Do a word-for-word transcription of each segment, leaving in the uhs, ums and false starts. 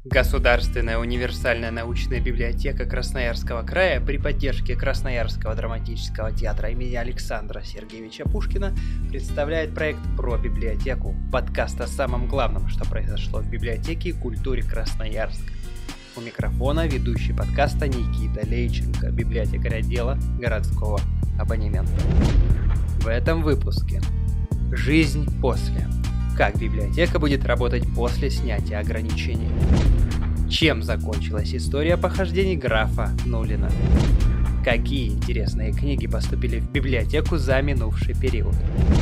Государственная универсальная научная библиотека Красноярского края при поддержке Красноярского драматического театра имени Александра Сергеевича Пушкина представляет проект «Про библиотеку» – подкаст о самом главном, что произошло в библиотеке и культуре Красноярска. У микрофона ведущий подкаста Никита Лейченко, библиотекарь отдела городского абонемента. В этом выпуске «Жизнь после». Как библиотека будет работать после снятия ограничений? Чем закончилась история похождений графа Нулина? Какие интересные книги поступили в библиотеку за минувший период?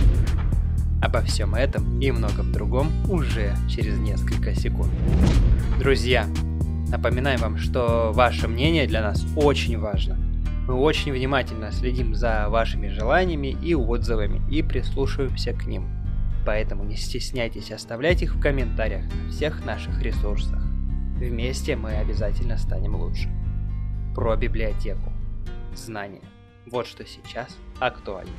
Обо всем этом и многом другом уже через несколько секунд. Друзья, напоминаем вам, что ваше мнение для нас очень важно. Мы очень внимательно следим за вашими желаниями и отзывами и прислушиваемся к ним. Поэтому не стесняйтесь оставлять их в комментариях на всех наших ресурсах. Вместе мы обязательно станем лучше. Про библиотеку. Знания. Вот что сейчас актуально.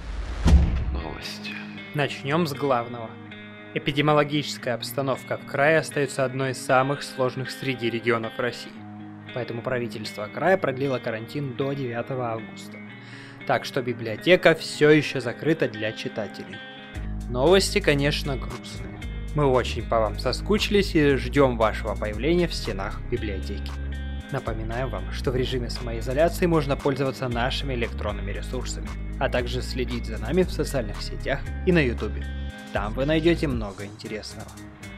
Новости. Начнем с главного. Эпидемиологическая обстановка в крае остается одной из самых сложных среди регионов России. Поэтому правительство края продлило карантин до девятого августа. Так что библиотека все еще закрыта для читателей. Новости, конечно, грустные. Мы очень по вам соскучились и ждем вашего появления в стенах библиотеки. Напоминаем вам, что в режиме самоизоляции можно пользоваться нашими электронными ресурсами, а также следить за нами в социальных сетях и на ютубе. Там вы найдете много интересного.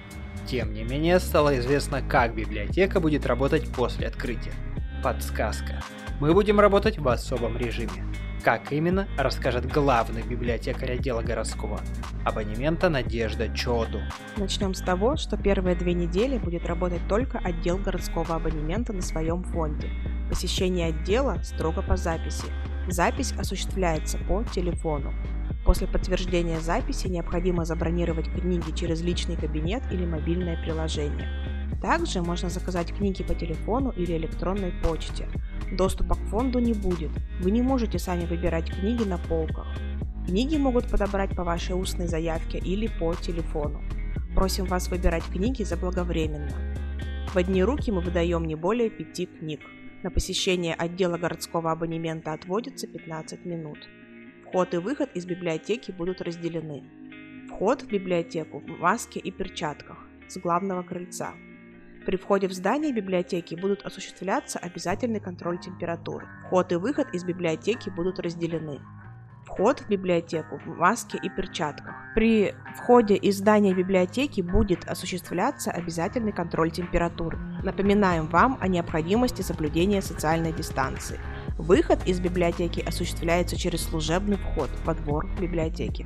Тем не менее, стало известно, как библиотека будет работать после открытия. Подсказка. Мы будем работать в особом режиме. Как именно, расскажет главный библиотекарь отдела городского абонемента Надежда Чоду. Начнем с того, что первые две недели будет работать только отдел городского абонемента на своем фонде. Посещение отдела строго по записи. Запись осуществляется по телефону. После подтверждения записи необходимо забронировать книги через личный кабинет или мобильное приложение. Также можно заказать книги по телефону или электронной почте. Доступа к фонду не будет, вы не можете сами выбирать книги на полках. Книги могут подобрать по вашей устной заявке или по телефону. Просим вас выбирать книги заблаговременно. В одни руки мы выдаем не более пяти книг. На посещение отдела городского абонемента отводится пятнадцать минут. Вход и выход из библиотеки будут разделены. Вход в библиотеку в маске и перчатках с главного крыльца. При входе в здание библиотеки будут осуществляться обязательный контроль температуры. Вход и выход из библиотеки будут разделены. Вход в библиотеку в маске и перчатках. При входе из здания библиотеки будет осуществляться обязательный контроль температуры. Напоминаем вам о необходимости соблюдения социальной дистанции. Выход из библиотеки осуществляется через служебный вход во двор библиотеки.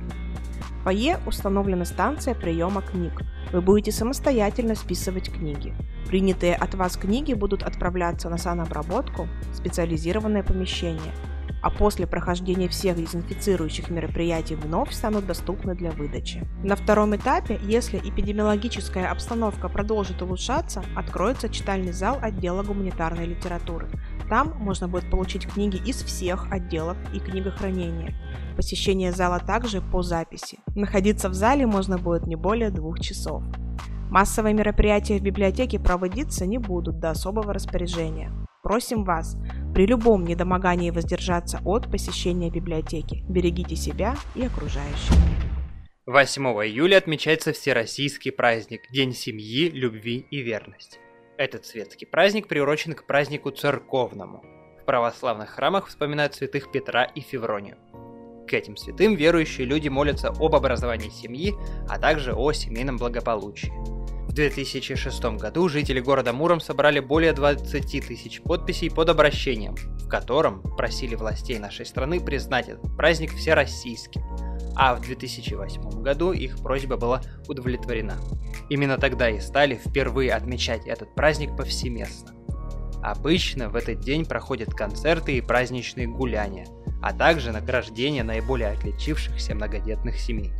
В фойе установлена станция приема книг. Вы будете самостоятельно списывать книги. Принятые от вас книги будут отправляться на санобработку в специализированное помещение, а после прохождения всех дезинфицирующих мероприятий вновь станут доступны для выдачи. На втором этапе, если эпидемиологическая обстановка продолжит улучшаться, откроется читальный зал отдела гуманитарной литературы. Там можно будет получить книги из всех отделов и книгохранения. Посещение зала также по записи. Находиться в зале можно будет не более двух часов. Массовые мероприятия в библиотеке проводиться не будут до особого распоряжения. Просим вас при любом недомогании воздержаться от посещения библиотеки. Берегите себя и окружающих. восьмого июля отмечается всероссийский праздник – День семьи, любви и верности. Этот светский праздник приурочен к празднику церковному. В православных храмах вспоминают святых Петра и Февронию. К этим святым верующие люди молятся об образовании семьи, а также о семейном благополучии. В две тысячи шестом году жители города Муром собрали более двадцати тысяч подписей под обращением, в котором просили властей нашей страны признать этот праздник всероссийским, а в две тысячи восьмом году их просьба была удовлетворена. Именно тогда и стали впервые отмечать этот праздник повсеместно. Обычно в этот день проходят концерты и праздничные гуляния, а также награждение наиболее отличившихся многодетных семей.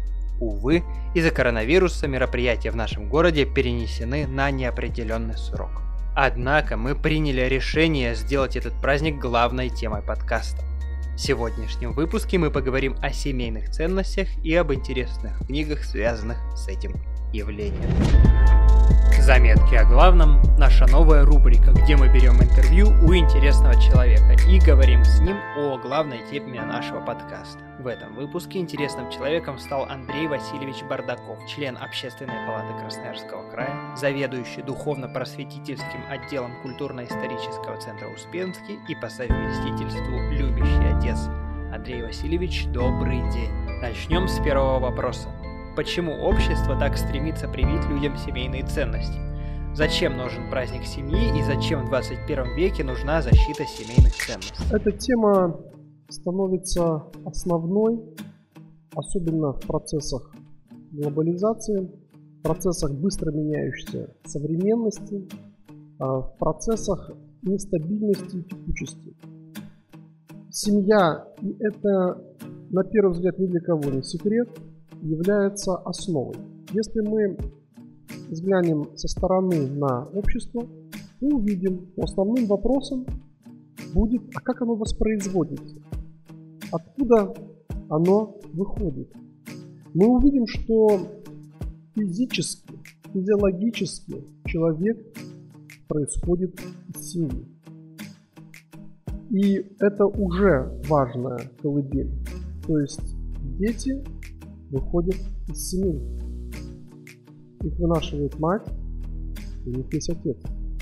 Увы, из-за коронавируса мероприятия в нашем городе перенесены на неопределенный срок. Однако мы приняли решение сделать этот праздник главной темой подкаста. В сегодняшнем выпуске мы поговорим о семейных ценностях и об интересных книгах, связанных с этим явление. Заметки о главном – наша новая рубрика, где мы берем интервью у интересного человека и говорим с ним о главной теме нашего подкаста. В этом выпуске интересным человеком стал Андрей Васильевич Бардаков, член Общественной палаты Красноярского края, заведующий духовно-просветительским отделом культурно-исторического центра Успенский и по совместительству любящий отец. Андрей Васильевич, добрый день. Начнем с первого вопроса. Почему общество так стремится привить людям семейные ценности? Зачем нужен праздник семьи и зачем в двадцать первом веке нужна защита семейных ценностей? Эта тема становится основной, особенно в процессах глобализации, в процессах быстро меняющейся современности, в процессах нестабильности и текучести. Семья, и это на первый взгляд ни для кого не секрет, является основой. Если мы взглянем со стороны на общество, мы увидим, что основным вопросом будет, а как оно воспроизводится, откуда оно выходит. Мы увидим, что физически, физиологически человек происходит из семьи. И это уже важная колыбель. То есть дети выходят из семьи. Их вынашивает мать, и у них есть отец.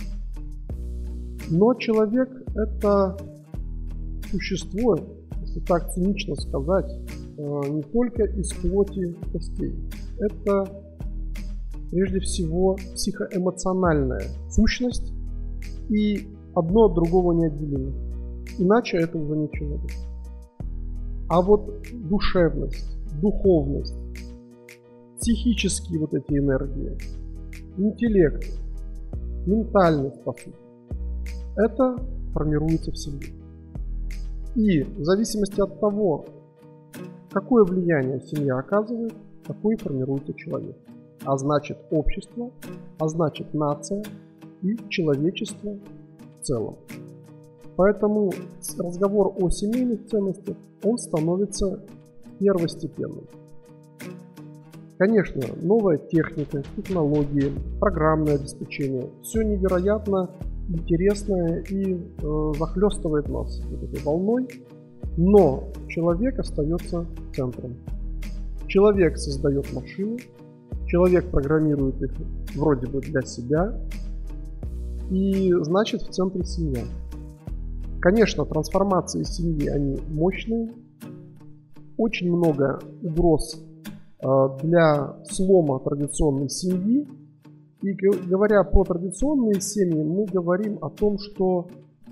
Но человек – это существо, если так цинично сказать, не только из плоти и костей. Это прежде всего психоэмоциональная сущность, и одно от другого не отделимо. Иначе это уже не человек. А вот душевность, духовность, психические вот эти энергии, интеллект, ментальность, по сути, это формируется в семье. И в зависимости от того, какое влияние семья оказывает, такой формируется человек. А значит общество, а значит нация и человечество в целом. Поэтому разговор о семейных ценностях, он становится первостепенным. Конечно, новая техника, технологии, программное обеспечение – все невероятно интересное и э, захлестывает нас вот этой волной, но человек остается центром. Человек создает машины, человек программирует их вроде бы для себя, и значит в центре семья. Конечно, трансформации семьи, они мощные, очень много угроз для слома традиционной семьи. И говоря про традиционные семьи, мы говорим о том, что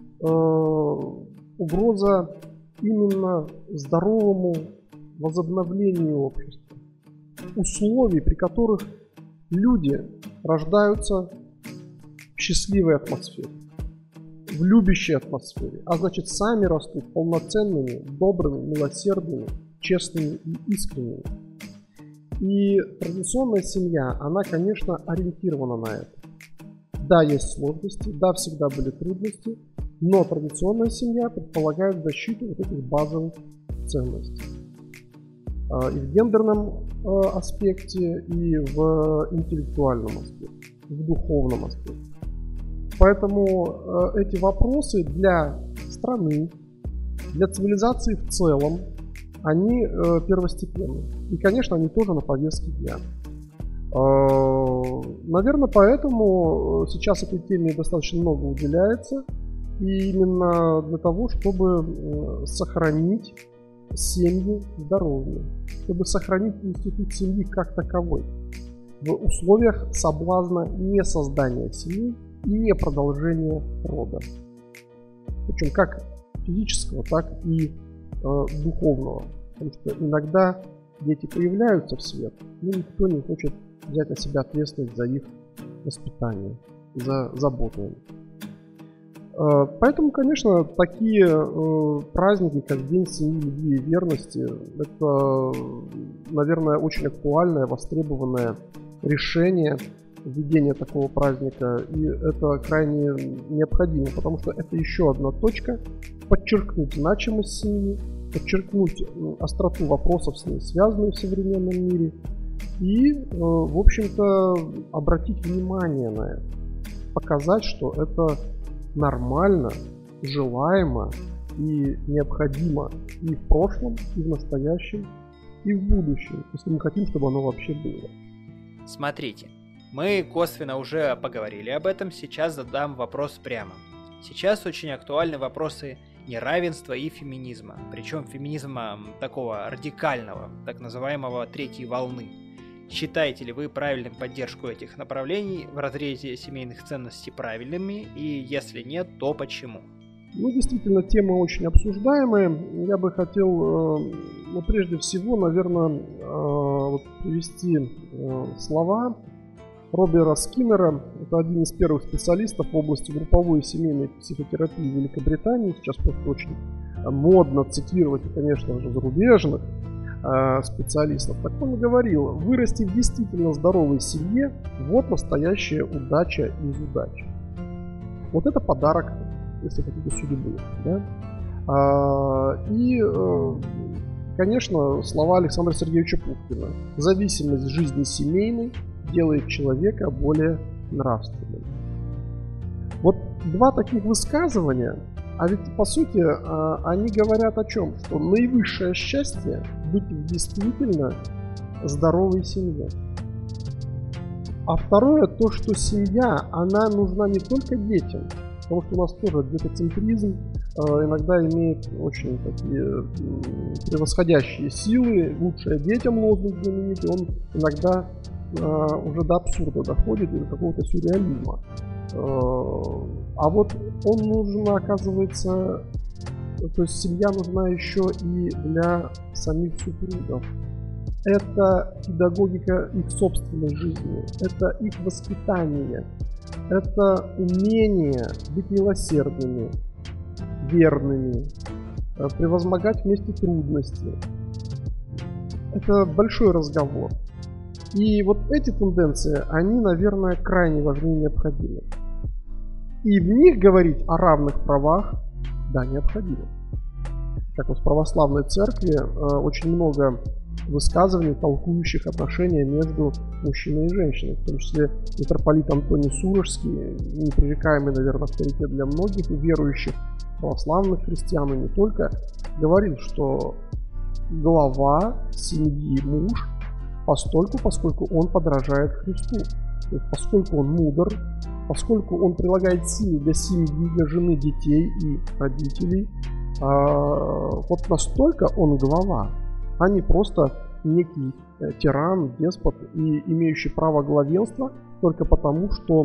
э, угроза именно здоровому возобновлению общества. Условий, при которых люди рождаются в счастливой атмосфере, в любящей атмосфере, а значит сами растут полноценными, добрыми, милосердными, честными и искренними. И традиционная семья, она, конечно, ориентирована на это. Да, есть сложности, да, всегда были трудности, но традиционная семья предполагает защиту вот этих базовых ценностей. И в гендерном аспекте, и в интеллектуальном аспекте, в духовном аспекте. Поэтому эти вопросы для страны, для цивилизации в целом, они э, первостепенны. И, конечно, они тоже на повестке дня. Э, наверное, поэтому сейчас этой теме достаточно много уделяется. И именно для того, чтобы э, сохранить семьи здоровыми. Чтобы сохранить институт семьи как таковой. В условиях соблазна не создания семьи и не продолжения рода. Причем как физического, так и духовного, потому что иногда дети появляются в свет, но никто не хочет взять на себя ответственность за их воспитание, за заботу. Поэтому, конечно, такие праздники, как День семьи, любви и верности, это, наверное, очень актуальное, востребованное решение введения такого праздника, и это крайне необходимо, потому что это еще одна точка подчеркнуть значимость семьи, подчеркнуть остроту вопросов с ней, связанных в современном мире, и, в общем-то, обратить внимание на это. Показать, что это нормально, желаемо и необходимо и в прошлом, и в настоящем, и в будущем, если мы хотим, чтобы оно вообще было. Смотрите, мы косвенно уже поговорили об этом, сейчас задам вопрос прямо. Сейчас очень актуальны вопросы неравенства и феминизма, причем феминизма такого радикального, так называемого третьей волны. Считаете ли вы правильным поддержку этих направлений в разрезе семейных ценностей правильными, и если нет, то почему? Ну, действительно, тема очень обсуждаемая. Я бы хотел, ну, прежде всего, наверное, вот привести слова Робера Скиннера. Это один из первых специалистов в области групповой и семейной психотерапии в Великобритании. Сейчас просто очень модно цитировать, конечно же, зарубежных специалистов. Так он говорил: вырасти в действительно здоровой семье – вот настоящая удача из удачи. Вот это подарок, если хотите, судьбы. Да? А, и, конечно, слова Александра Сергеевича Пушкина: зависимость жизни семейной делает человека более нравственным. Вот два таких высказывания, а ведь по сути они говорят о чем? Что наивысшее счастье — быть в действительно здоровой семье. А второе, то, что семья, она нужна не только детям, потому что у нас тоже детоцентризм иногда имеет очень такие превосходящие силы. Лучшее детям лозунг знаменитый, он иногда уже до абсурда доходит, и до какого-то сюрреализма. А вот он нужен, оказывается, то есть семья нужна еще и для самих супругов. Это педагогика их собственной жизни, это их воспитание, это умение быть милосердными, верными, превозмогать вместе трудности. Это большой разговор. И вот эти тенденции, они, наверное, крайне важны и необходимы. И в них говорить о равных правах, да, необходимо. Как вот в православной церкви э, очень много высказываний, толкующих отношения между мужчиной и женщиной. В том числе митрополит Антоний Сурожский, непререкаемый, наверное, авторитет для многих верующих православных христиан, и не только, говорил, что глава семьи муж, постольку, поскольку он подражает Христу. То есть, поскольку он мудр, поскольку он прилагает силы для семьи, для жены, детей и родителей, э, вот настолько он глава, а не просто некий э, тиран, деспот, и имеющий право главенства только потому, что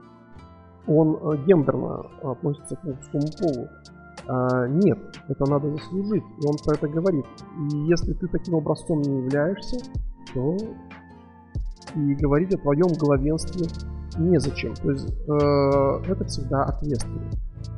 он э, гендерно относится к мужскому полу. Э, нет, это надо заслужить, и он про это говорит. И если ты таким образцом не являешься, то и говорить о твоем главенстве незачем. То есть э, это всегда ответственность.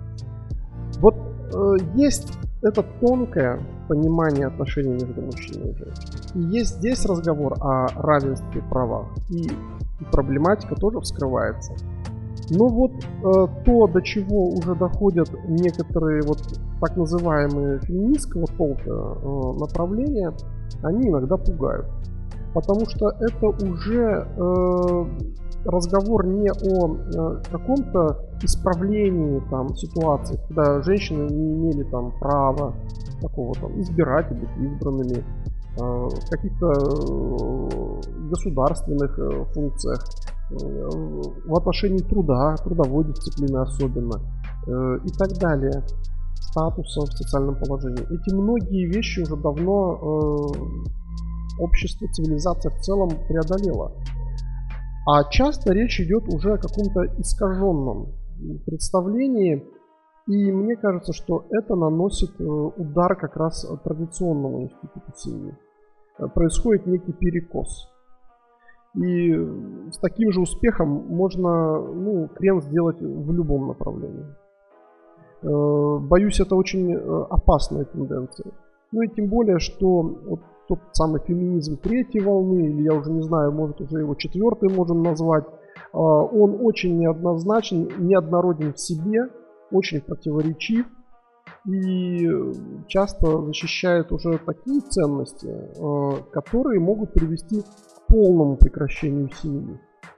Вот э, есть это тонкое понимание отношений между мужчиной и женщиной. И есть здесь разговор о равенстве правах. И, и проблематика тоже вскрывается. Но вот э, то, до чего уже доходят некоторые вот так называемые феминистского толка э, направления, они иногда пугают. Потому что это уже э, разговор не о э, каком-то исправлении там ситуации, когда женщины не имели там права такого там избирать и быть избранными, э, в каких-то э, государственных э, функциях, э, в отношении труда, трудовой дисциплины особенно, э, и так далее, статуса в социальном положении. Эти многие вещи уже давно э, общество, цивилизация в целом преодолела. А часто речь идет уже о каком-то искаженном представлении. И мне кажется, что это наносит удар как раз традиционному институту семьи. Происходит некий перекос. И с таким же успехом можно, ну, крен сделать в любом направлении. Боюсь, это очень опасная тенденция. Ну и тем более, что вот тот самый феминизм третьей волны, или я уже не знаю, может уже его четвертой можем назвать, он очень неоднозначен, неоднороден в себе, очень противоречив и часто защищает уже такие ценности, которые могут привести к полному прекращению семьи.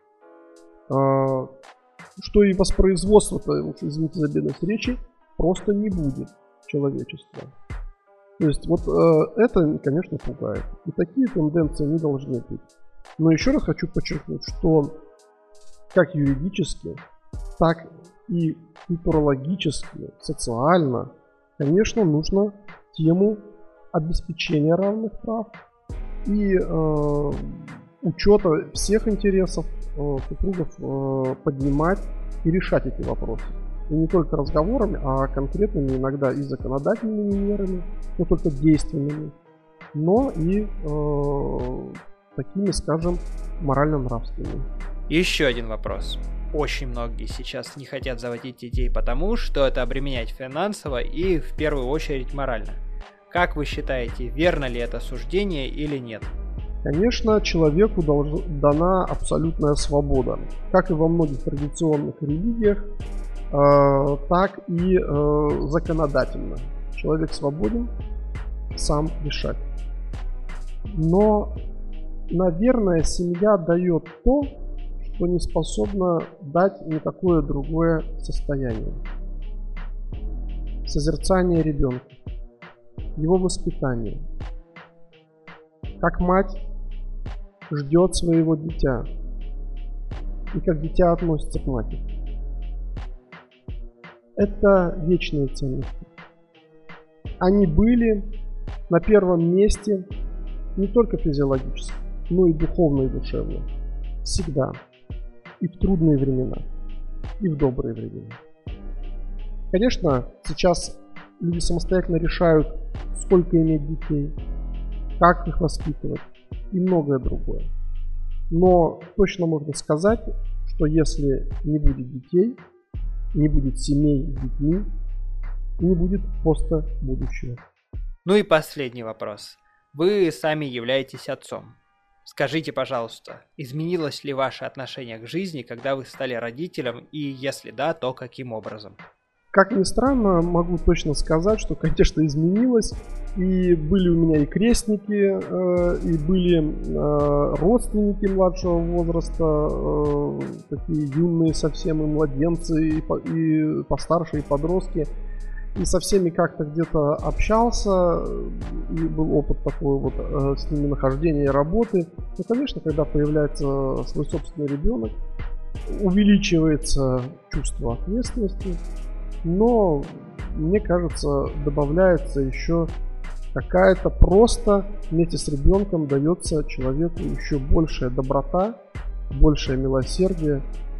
Что и воспроизводства-то, извините за бедность речи, просто не будет человечества. То есть вот это, конечно, пугает. И такие тенденции не должны быть. Но еще раз хочу подчеркнуть, что как юридически, так и культурологически, социально, конечно, нужно тему обеспечения равных прав и э, учета всех интересов э, супругов э, поднимать и решать эти вопросы. И не только разговорами, а конкретными иногда и законодательными мерами, не только действенными, но и э, такими, скажем, морально-нравственными. Еще один вопрос. Очень многие сейчас не хотят заводить детей потому, что это обременяет финансово и в первую очередь морально. Как вы считаете, верно ли это суждение или нет? Конечно, человеку долж... дана абсолютная свобода, как и во многих традиционных религиях, э, так и э, законодательно. Человек свободен сам решать. Но, наверное, семья дает то, что не способна дать никакое другое состояние. Созерцание ребенка, его воспитание. Как мать ждет своего дитя, и как дитя относится к матери. Это вечные ценности. Они были на первом месте не только физиологически, но и духовно и душевно. Всегда. И в трудные времена, и в добрые времена. Конечно, сейчас люди самостоятельно решают, сколько иметь детей, как их воспитывать и многое другое. Но точно можно сказать, что если не будет детей, не будет семей с детьми, не будет просто будущего. Ну и последний вопрос. Вы сами являетесь отцом. Скажите, пожалуйста, изменилось ли ваше отношение к жизни, когда вы стали родителем, и если да, то каким образом? Как ни странно, могу точно сказать, что, конечно, изменилось. И были у меня и крестники, и были родственники младшего возраста, такие юные совсем, и младенцы, и постарше, и подростки. И со всеми как-то где-то общался, и был опыт такой вот э, с ними нахождения и работы. Ну, конечно, когда появляется свой собственный ребенок, увеличивается чувство ответственности, но, мне кажется, добавляется еще какая-то просто вместе с ребенком дается человеку еще большая доброта, большее милосердие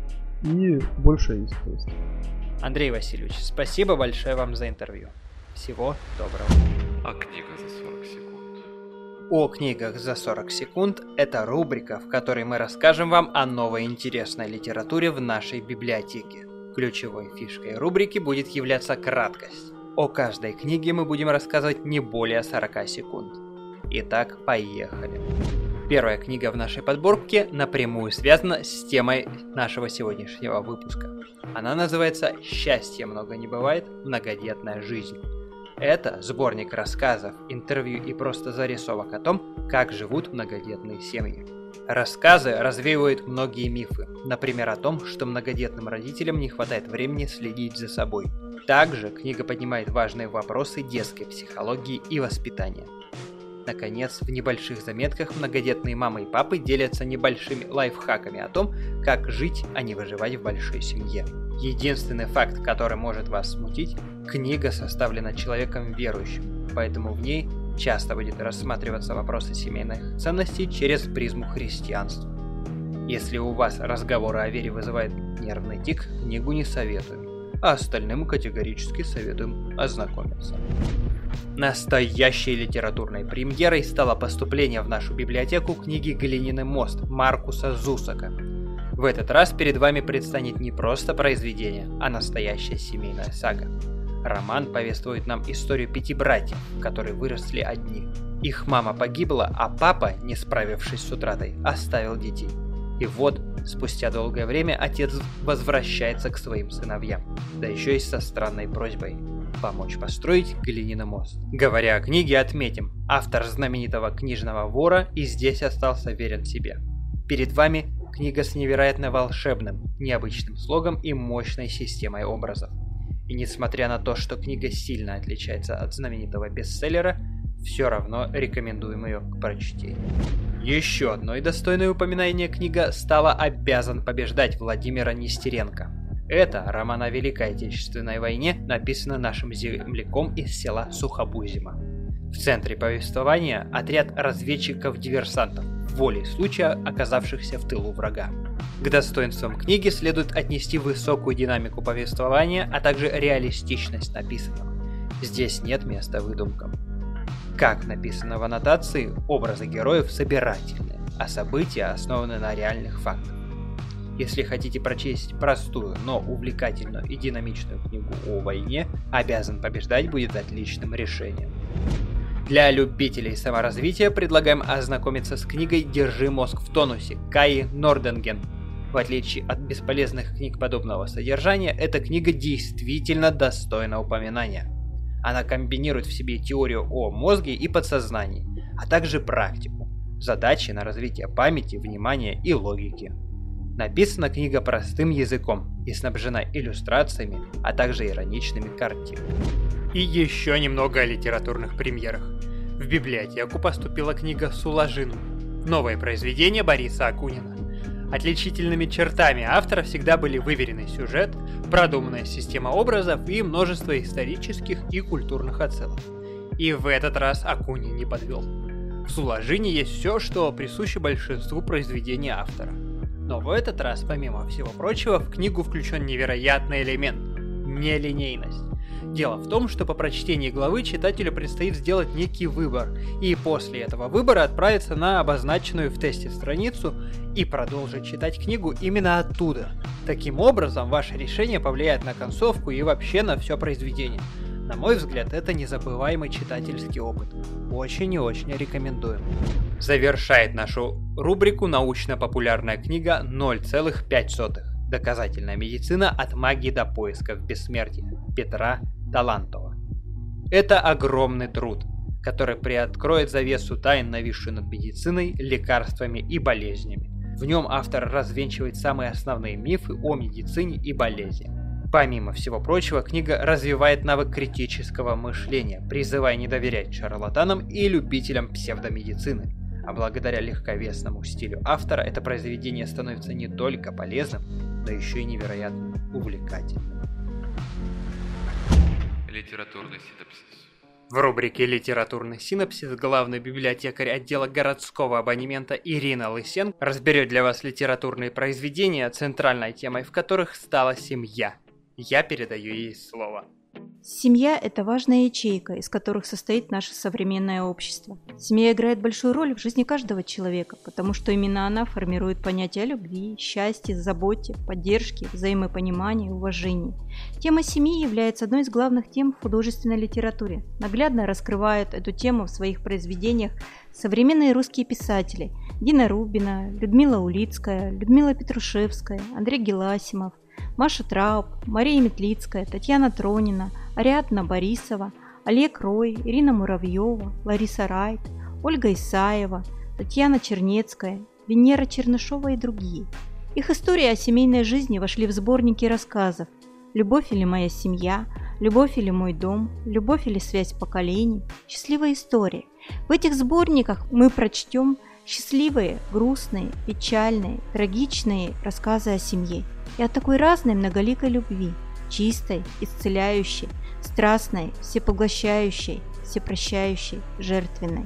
и большая искренность. Андрей Васильевич, спасибо большое вам за интервью. Всего доброго. А книга за сорок секунд? О книгах за сорок секунд – это рубрика, в которой мы расскажем вам о новой интересной литературе в нашей библиотеке. Ключевой фишкой рубрики будет являться краткость. О каждой книге мы будем рассказывать не более сорок секунд. Итак, поехали. Первая книга в нашей подборке напрямую связана с темой нашего сегодняшнего выпуска. Она называется «Счастья много не бывает. Многодетная жизнь». Это сборник рассказов, интервью и просто зарисовок о том, как живут многодетные семьи. Рассказы развеивают многие мифы, например, о том, что многодетным родителям не хватает времени следить за собой. Также книга поднимает важные вопросы детской психологии и воспитания. Наконец, в небольших заметках многодетные мамы и папы делятся небольшими лайфхаками о том, как жить, а не выживать в большой семье. Единственный факт, который может вас смутить, книга составлена человеком верующим, поэтому в ней часто будет рассматриваться вопросы семейных ценностей через призму христианства. Если у вас разговоры о вере вызывают нервный тик, книгу не советуем, а остальным категорически советуем ознакомиться. Настоящей литературной премьерой стало поступление в нашу библиотеку книги «Глиняный мост» Маркуса Зусака. В этот раз перед вами предстанет не просто произведение, а настоящая семейная сага. Роман повествует нам историю пяти братьев, которые выросли одни. Их мама погибла, а папа, не справившись с утратой, оставил детей. И вот, спустя долгое время, отец возвращается к своим сыновьям, да еще и со странной просьбой помочь построить глиняный мост. Говоря о книге, отметим, автор знаменитого книжного вора и здесь остался верен себе. Перед вами книга с невероятно волшебным, необычным слогом и мощной системой образов. И несмотря на то, что книга сильно отличается от знаменитого бестселлера, все равно рекомендуем ее к прочтению. Еще одной достойной упоминания книга стала «Обязан побеждать» Владимира Нестеренко. Это роман о Великой Отечественной войне, написанный нашим земляком из села Сухобузимо. В центре повествования отряд разведчиков-диверсантов, волей случая оказавшихся в тылу врага. К достоинствам книги следует отнести высокую динамику повествования, а также реалистичность написанного. Здесь нет места выдумкам. Как написано в аннотации, образы героев собирательные, а события основаны на реальных фактах. Если хотите прочесть простую, но увлекательную и динамичную книгу о войне, «Обязан побеждать» будет отличным решением. Для любителей саморазвития предлагаем ознакомиться с книгой «Держи мозг в тонусе» Каи Норденген. В отличие от бесполезных книг подобного содержания, эта книга действительно достойна упоминания. Она комбинирует в себе теорию о мозге и подсознании, а также практику, задачи на развитие памяти, внимания и логики. Написана книга простым языком и снабжена иллюстрациями, а также ироничными картинами. И еще немного о литературных премьерах. В библиотеку поступила книга «Суложину», новое произведение Бориса Акунина. Отличительными чертами автора всегда были выверенный сюжет, продуманная система образов и множество исторических и культурных отсылок. И в этот раз Акунин не подвел. В «Суложине» есть все, что присуще большинству произведений автора. Но в этот раз, помимо всего прочего, в книгу включен невероятный элемент – нелинейность. Дело в том, что по прочтении главы читателю предстоит сделать некий выбор, и после этого выбора отправиться на обозначенную в тесте страницу и продолжить читать книгу именно оттуда. Таким образом, ваше решение повлияет на концовку и вообще на все произведение. На мой взгляд, это незабываемый читательский опыт. Очень и очень рекомендуем. Завершает нашу рубрику научно-популярная книга «ноль целых пять сотых. Доказательная медицина от магии до поисков бессмертия» Петра Талантова. Это огромный труд, который приоткроет завесу тайн, нависшую над медициной, лекарствами и болезнями. В нем автор развенчивает самые основные мифы о медицине и болезни. Помимо всего прочего, книга развивает навык критического мышления, призывая не доверять шарлатанам и любителям псевдомедицины. А благодаря легковесному стилю автора это произведение становится не только полезным, но еще и невероятно увлекательным. Литературный синопсис. В рубрике «Литературный синопсис» главный библиотекарь отдела городского абонемента Ирина Лысенко разберет для вас литературные произведения, центральной темой в которых стала семья. Я передаю ей слово. Семья – это важная ячейка, из которых состоит наше современное общество. Семья играет большую роль в жизни каждого человека, потому что именно она формирует понятия о любви, счастье, заботе, поддержке, взаимопонимании, уважении. Тема семьи является одной из главных тем в художественной литературе. Наглядно раскрывают эту тему в своих произведениях современные русские писатели Дина Рубина, Людмила Улицкая, Людмила Петрушевская, Андрей Геласимов, Маша Трауб, Мария Метлицкая, Татьяна Тронина, Ариадна Борисова, Олег Рой, Ирина Муравьева, Лариса Райт, Ольга Исаева, Татьяна Чернецкая, Венера Чернышова и другие. Их истории о семейной жизни вошли в сборники рассказов «Любовь или моя семья», «Любовь или мой дом», «Любовь или связь поколений», «Счастливые истории». В этих сборниках мы прочтем счастливые, грустные, печальные, трагичные рассказы о семье и о такой разной многоликой любви, чистой, исцеляющей, страстной, всепоглощающей, всепрощающей, жертвенной.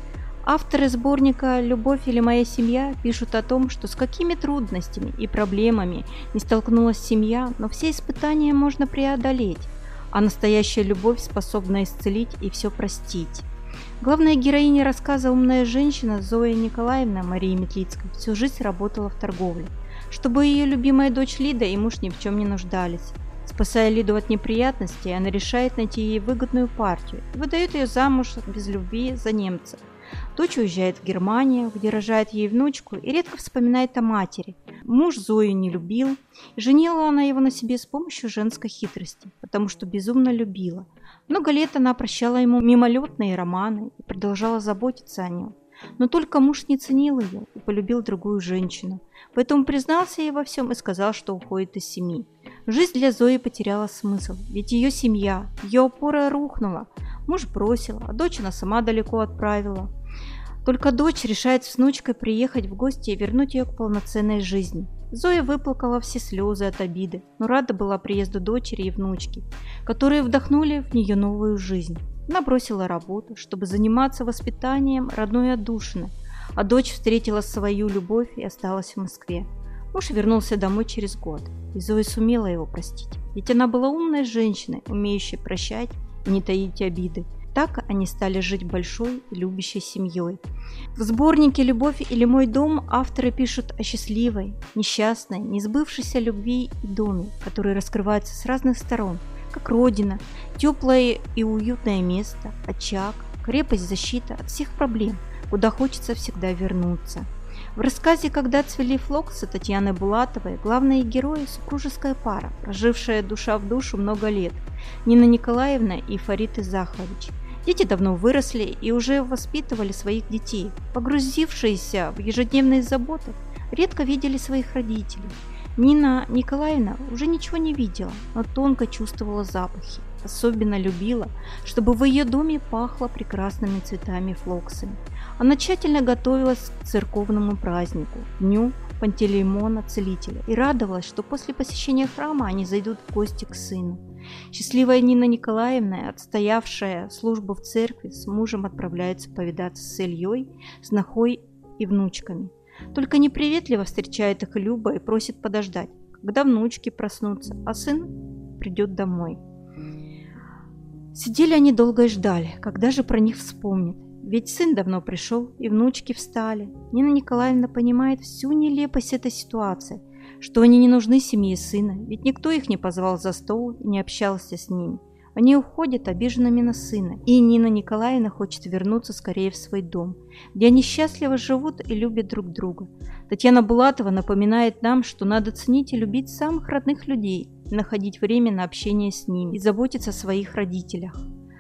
Авторы сборника «Любовь или моя семья» пишут о том, что с какими трудностями и проблемами не столкнулась семья, но все испытания можно преодолеть, а настоящая любовь способна исцелить и все простить. Главная героиня рассказа «Умная женщина» Зоя Николаевна Мария Метлицкая всю жизнь работала в торговле, чтобы ее любимая дочь Лида и муж ни в чем не нуждались. Спасая Лиду от неприятностей, она решает найти ей выгодную партию и выдает ее замуж без любви за немца. Дочь уезжает в Германию, где рожает ей внучку и редко вспоминает о матери. Муж Зою не любил, и женила она его на себе с помощью женской хитрости, потому что безумно любила. Много лет она прощала ему мимолетные романы и продолжала заботиться о нем. Но только муж не ценил ее и полюбил другую женщину. Поэтому признался ей во всем и сказал, что уходит из семьи. Жизнь для Зои потеряла смысл, ведь ее семья, ее опора рухнула. Муж бросил, а дочь она сама далеко отправила. Только дочь решает с внучкой приехать в гости и вернуть ее к полноценной жизни. Зоя выплакала все слезы от обиды, но рада была приезду дочери и внучки, которые вдохнули в нее новую жизнь. Она бросила работу, чтобы заниматься воспитанием родной отдушины, а дочь встретила свою любовь и осталась в Москве. Муж вернулся домой через год, и Зоя сумела его простить, ведь она была умной женщиной, умеющей прощать и не таить обиды. Так они стали жить большой и любящей семьей. В сборнике «Любовь или мой дом» авторы пишут о счастливой, несчастной, несбывшейся любви и доме, который раскрывается с разных сторон, как родина, теплое и уютное место, очаг, крепость, защита от всех проблем, куда хочется всегда вернуться. В рассказе «Когда цвели флоксы» Татьяны Булатовой главные герои – супружеская пара, прожившая душа в душу много лет – Нина Николаевна и Фарид Изахович. Дети давно выросли и уже воспитывали своих детей. Погрузившиеся в ежедневные заботы, редко видели своих родителей. Нина Николаевна уже ничего не видела, но тонко чувствовала запахи. Особенно любила, чтобы в ее доме пахло прекрасными цветами флоксами. Она тщательно готовилась к церковному празднику, дню Пантелеймона Целителя, и радовалась, что после посещения храма они зайдут в гости к сыну. Счастливая Нина Николаевна, отстоявшая службу в церкви, с мужем отправляется повидаться с Ильей, снохой и внучками. Только неприветливо встречает их Люба и просит подождать, когда внучки проснутся, а сын придет домой. Сидели они долго и ждали, когда же про них вспомнят. Ведь сын давно пришел, и внучки встали. Нина Николаевна понимает всю нелепость этой ситуации, что они не нужны семье сына, ведь никто их не позвал за стол и не общался с ними. Они уходят обиженными на сына, и Нина Николаевна хочет вернуться скорее в свой дом, где они счастливо живут и любят друг друга. Татьяна Булатова напоминает нам, что надо ценить и любить самых родных людей, находить время на общение с ними и заботиться о своих родителях.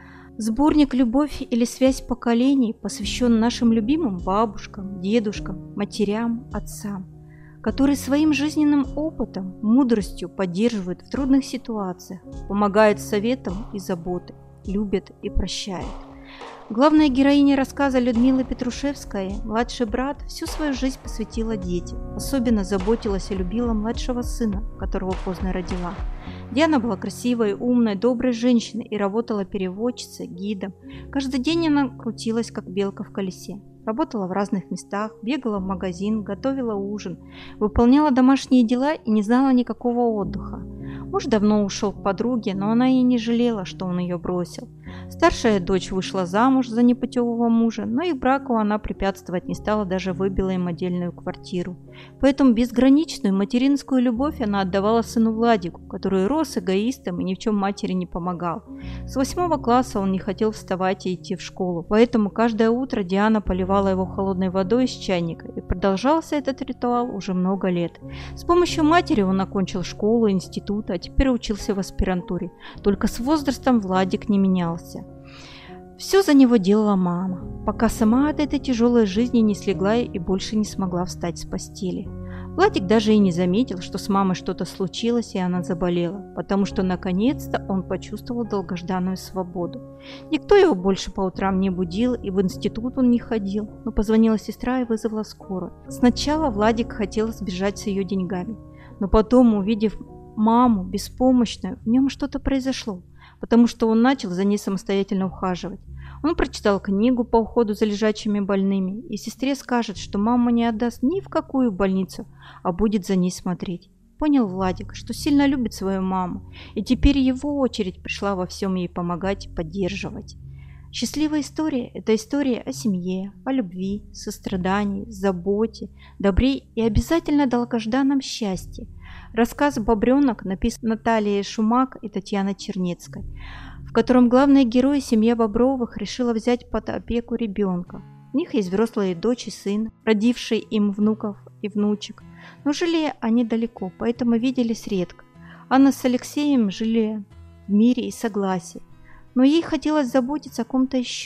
Сборник «Любовь или связь поколений» посвящен нашим любимым бабушкам, дедушкам, матерям, отцам, которые своим жизненным опытом, мудростью поддерживают в трудных ситуациях, помогают советам и заботой, любят и прощают. Главная героиня рассказа Людмила Петрушевская, младший брат, всю свою жизнь посвятила детям. Особенно заботилась и любила младшего сына, которого поздно родила. Диана была красивой, умной, доброй женщиной и работала переводчицей, гидом. Каждый день она крутилась, как белка в колесе. Работала в разных местах, бегала в магазин, готовила ужин, выполняла домашние дела и не знала никакого отдыха. Муж давно ушел к подруге, но она и не жалела, что он ее бросил. Старшая дочь вышла замуж за непутевого мужа, но их браку она препятствовать не стала, даже выбила им отдельную квартиру. Поэтому безграничную материнскую любовь она отдавала сыну Владику, который рос эгоистом и ни в чем матери не помогал. С восьмого класса он не хотел вставать и идти в школу, поэтому каждое утро Диана поливала его холодной водой из чайника, и продолжался этот ритуал уже много лет. С помощью матери он окончил школу, институт, а теперь учился в аспирантуре. Только с возрастом Владик не менялся. Все за него делала мама, пока сама от этой тяжелой жизни не слегла и больше не смогла встать с постели. Владик даже и не заметил, что с мамой что-то случилось и она заболела, потому что наконец-то он почувствовал долгожданную свободу. Никто его больше по утрам не будил, и в институт он не ходил, но позвонила сестра и вызвала скорую. Сначала Владик хотел сбежать с ее деньгами, но потом, увидев маму беспомощную, в нем что-то произошло, потому что он начал за ней самостоятельно ухаживать. Он прочитал книгу по уходу за лежачими больными, и сестре скажет, что мама не отдаст ни в какую больницу, а будет за ней смотреть. Понял Владик, что сильно любит свою маму, и теперь его очередь пришла во всем ей помогать и поддерживать. Счастливая история – это история о семье, о любви, сострадании, заботе, добре и обязательно долгожданном счастье. Рассказ «Бобренок» написан Натальей Шумак и Татьяной Чернецкой, в котором главные герои семьи Бобровых решила взять под опеку ребенка. У них есть взрослые дочь и сын, родившие им внуков и внучек, но жили они далеко, поэтому виделись редко. Анна с Алексеем жили в мире и согласии, но ей хотелось заботиться о ком-то еще.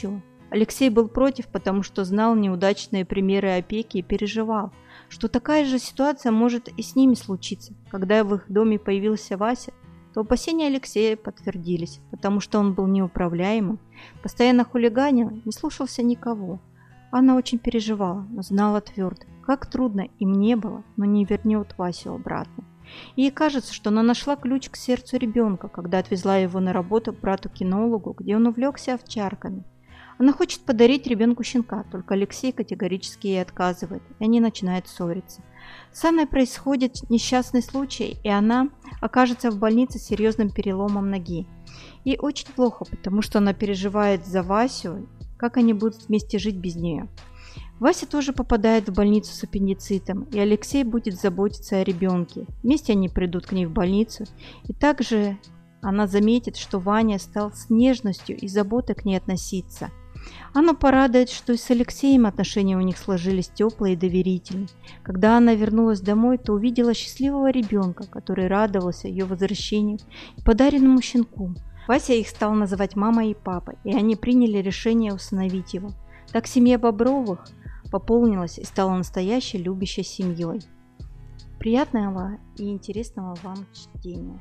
Алексей был против, потому что знал неудачные примеры опеки и переживал, что такая же ситуация может и с ними случиться. Когда в их доме появился Вася, то опасения Алексея подтвердились, потому что он был неуправляемым, постоянно хулиганил, не слушался никого. Анна очень переживала, но знала твердо, как трудно им не было, но не вернет Васю обратно. И ей кажется, что она нашла ключ к сердцу ребенка, когда отвезла его на работу к брату-кинологу, где он увлекся овчарками. Она хочет подарить ребенку щенка, только Алексей категорически ей отказывает, и они начинают ссориться. С Анной происходит несчастный случай, и она окажется в больнице с серьезным переломом ноги. Ей очень плохо, потому что она переживает за Васю, как они будут вместе жить без нее. Вася тоже попадает в больницу с аппендицитом, и Алексей будет заботиться о ребенке. Вместе они придут к ней в больницу, и также она заметит, что Ваня стал с нежностью и заботой к ней относиться. Анну порадует, что и с Алексеем отношения у них сложились теплые и доверительные. Когда она вернулась домой, то увидела счастливого ребенка, который радовался ее возвращению и подаренному щенку. Вася их стал называть мамой и папой, и они приняли решение усыновить его. Так семья Бобровых пополнилась и стала настоящей любящей семьей. Приятного и интересного вам чтения.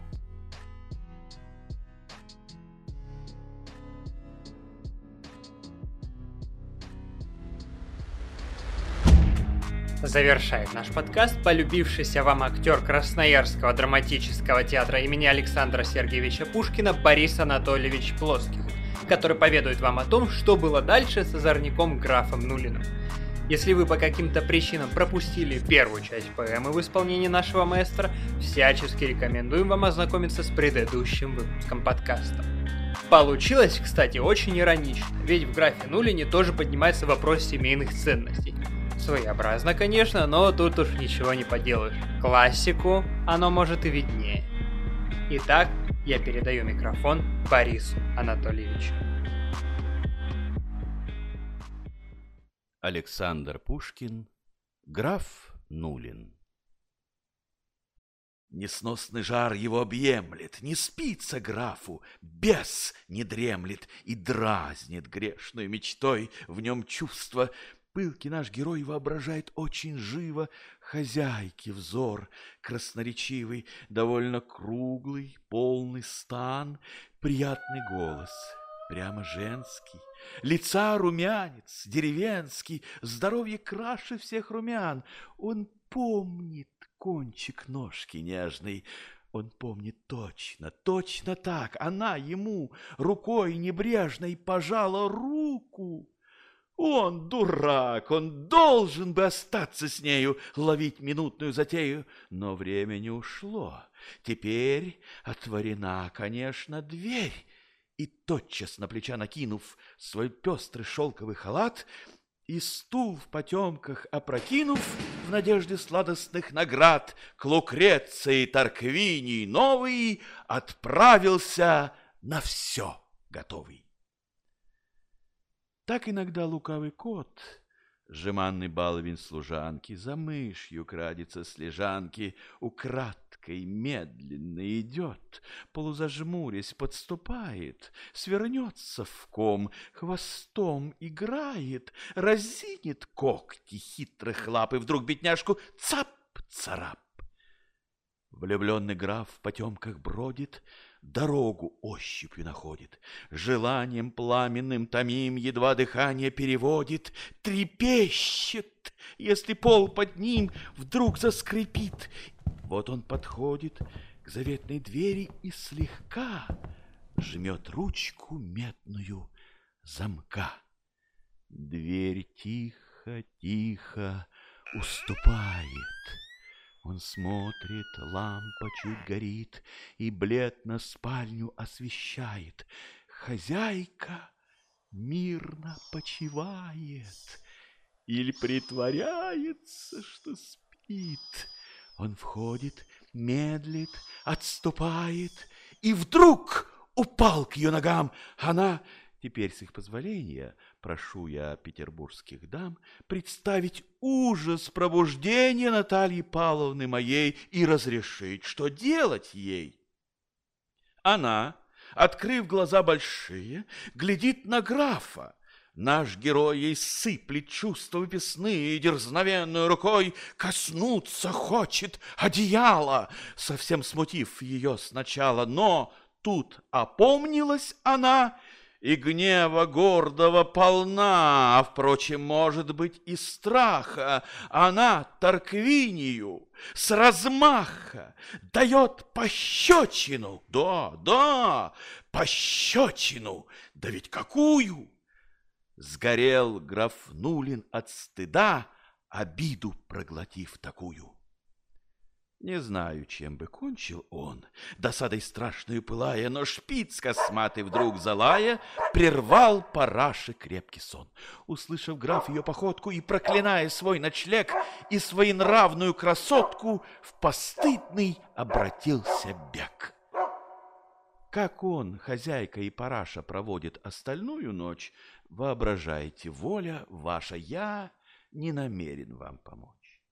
Завершает наш подкаст полюбившийся вам актер Красноярского драматического театра имени Александра Сергеевича Пушкина Борис Анатольевич Плоских, который поведает вам о том, что было дальше с озорником графом Нулиным. Если вы по каким-то причинам пропустили первую часть поэмы в исполнении нашего маэстро, всячески рекомендуем вам ознакомиться с предыдущим выпуском подкаста. Получилось, кстати, очень иронично, ведь в графе Нулине тоже поднимается вопрос семейных ценностей. Своеобразно, конечно, но тут уж ничего не поделаешь. Классику оно может и виднее. Итак, я передаю микрофон Борису Анатольевичу. Александр Пушкин, граф Нулин. Несносный жар его объемлет, не спится графу, бес не дремлет и дразнит грешной мечтой в нем чувство. Пылкий наш герой воображает очень живо хозяйки взор красноречивый, довольно круглый, полный стан, приятный голос, прямо женский, лица румянец, деревенский, здоровье краше всех румян. Он помнит кончик ножки нежный, он помнит точно, точно так. Она ему рукой небрежной пожала руку. Он дурак, он должен бы остаться с нею, ловить минутную затею. Но время не ушло. Теперь отворена, конечно, дверь. И тотчас на плеча накинув свой пестрый шелковый халат и стул в потемках опрокинув, в надежде сладостных наград, к Лукреции Тарквинии новый отправился на все готовый. Так иногда лукавый кот, жеманный баловень служанки, за мышью крадется с лежанки, украдкой медленно идет, полузажмурясь подступает, свернется в ком, хвостом играет, разинет когти хитрых лап, и вдруг бедняжку цап-царап. Влюбленный граф в потемках бродит, дорогу ощупью находит, желанием пламенным томим едва дыхание переводит, трепещет, если пол под ним вдруг заскрипит. Вот он подходит к заветной двери и слегка жмет ручку медную замка. Дверь тихо-тихо уступает. Он смотрит, лампа чуть горит, и бледно спальню освещает. Хозяйка мирно почивает или притворяется, что спит. Он входит, медлит, отступает, и вдруг упал к ее ногам. Она... Теперь, с их позволения, прошу я петербургских дам представить ужас пробуждения Натальи Павловны моей и разрешить, что делать ей. Она, открыв глаза большие, глядит на графа. Наш герой ей сыплет чувства выписные, и дерзновенную рукой коснуться хочет одеяла, совсем смутив ее сначала. Но тут опомнилась она, и гнева гордого полна, а, впрочем, может быть, и страха. Она Тарквинию с размаха дает пощечину. Да, да, пощечину, да ведь какую! Сгорел граф Нулин от стыда, обиду проглотив такую. Не знаю, чем бы кончил он, досадой страшную пылая, но шпиц косматый вдруг залая прервал параши крепкий сон. Услышав граф ее походку и проклиная свой ночлег и своенравную красотку, в постыдный обратился бег. Как он, хозяйка и параша, проводит остальную ночь, воображайте, воля ваша, я не намерен вам помочь.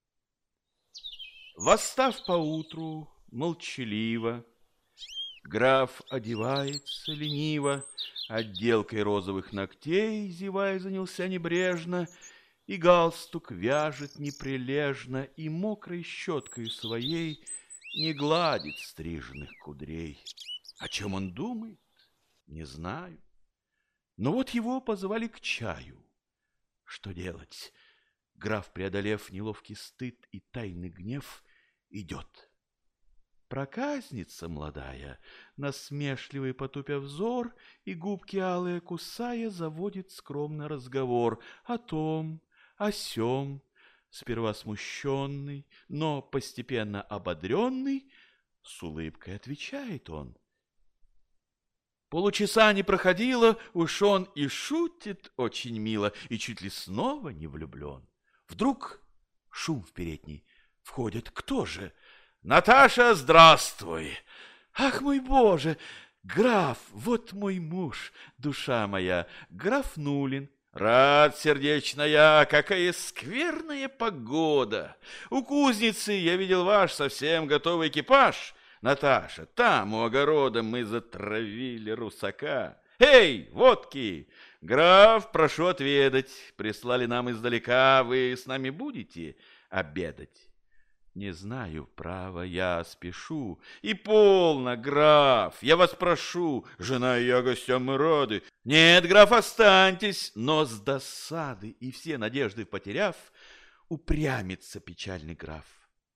Восстав поутру, молчаливо, граф одевается лениво, отделкой розовых ногтей, зевая, занялся небрежно, и галстук вяжет неприлежно, и мокрой щеткой своей не гладит стриженных кудрей. О чем он думает, не знаю. Но вот его позвали к чаю. Что делать? Граф, преодолев неловкий стыд и тайный гнев, идет. Проказница молодая, насмешливый потупя взор и губки алые кусая, заводит скромный разговор о том, о сём. Сперва смущенный, но постепенно ободренный, с улыбкой отвечает он. Получаса не проходило, уж он и шутит очень мило, и чуть ли снова не влюблен. Вдруг шум в передней. Входит кто же? Наташа, здравствуй! Ах, мой Боже! Граф, вот мой муж, душа моя, граф Нулин. Рад, сердечная, какая скверная погода! У кузницы я видел ваш совсем готовый экипаж. Наташа, там у огорода мы затравили русака. Эй, водки! Граф, прошу отведать. Прислали нам издалека. Вы с нами будете обедать? Не знаю, право, я спешу. И полно, граф, я вас прошу. Жена и я гостям мы рады. Нет, граф, останьтесь. Но с досады и все надежды потеряв, упрямится печальный граф.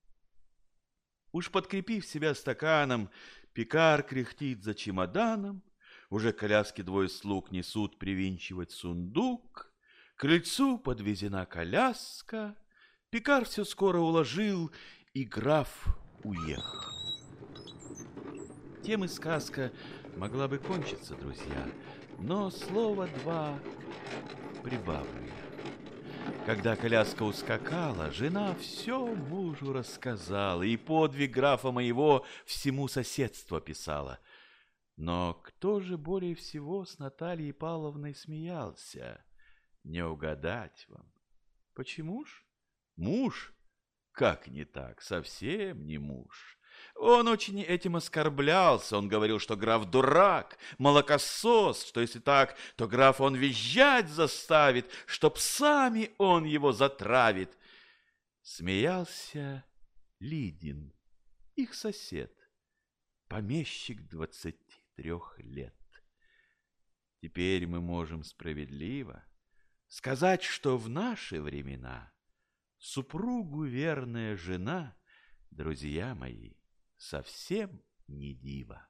Уж подкрепив себя стаканом, пекарь кряхтит за чемоданом, уже коляски двое слуг несут привинчивать сундук, к крыльцу подвезена коляска, пекарь все скоро уложил, и граф уехал. Тем и сказка могла бы кончиться, друзья, но слово два прибавлю. Когда коляска ускакала, жена все мужу рассказала, и подвиг графа моего всему соседству описала. Но кто же более всего с Натальей Павловной смеялся? Не угадать вам. Почему ж? Муж? Как не так? Совсем не муж. Он очень этим оскорблялся. Он говорил, что граф дурак, молокосос, что если так, то граф он визжать заставит, чтоб сами он его затравит. Смеялся Лидин, их сосед, помещик двадцати трех лет. Теперь мы можем справедливо сказать, что в наши времена супругу верная жена, друзья мои, совсем не диво.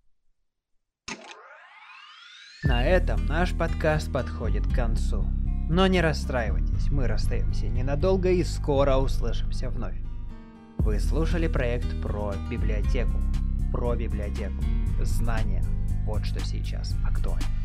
На этом наш подкаст подходит к концу. Но не расстраивайтесь, мы расстаемся ненадолго и скоро услышимся вновь. Вы слушали проект про библиотеку. Про библиотеку. Знания. Вот что сейчас актуально.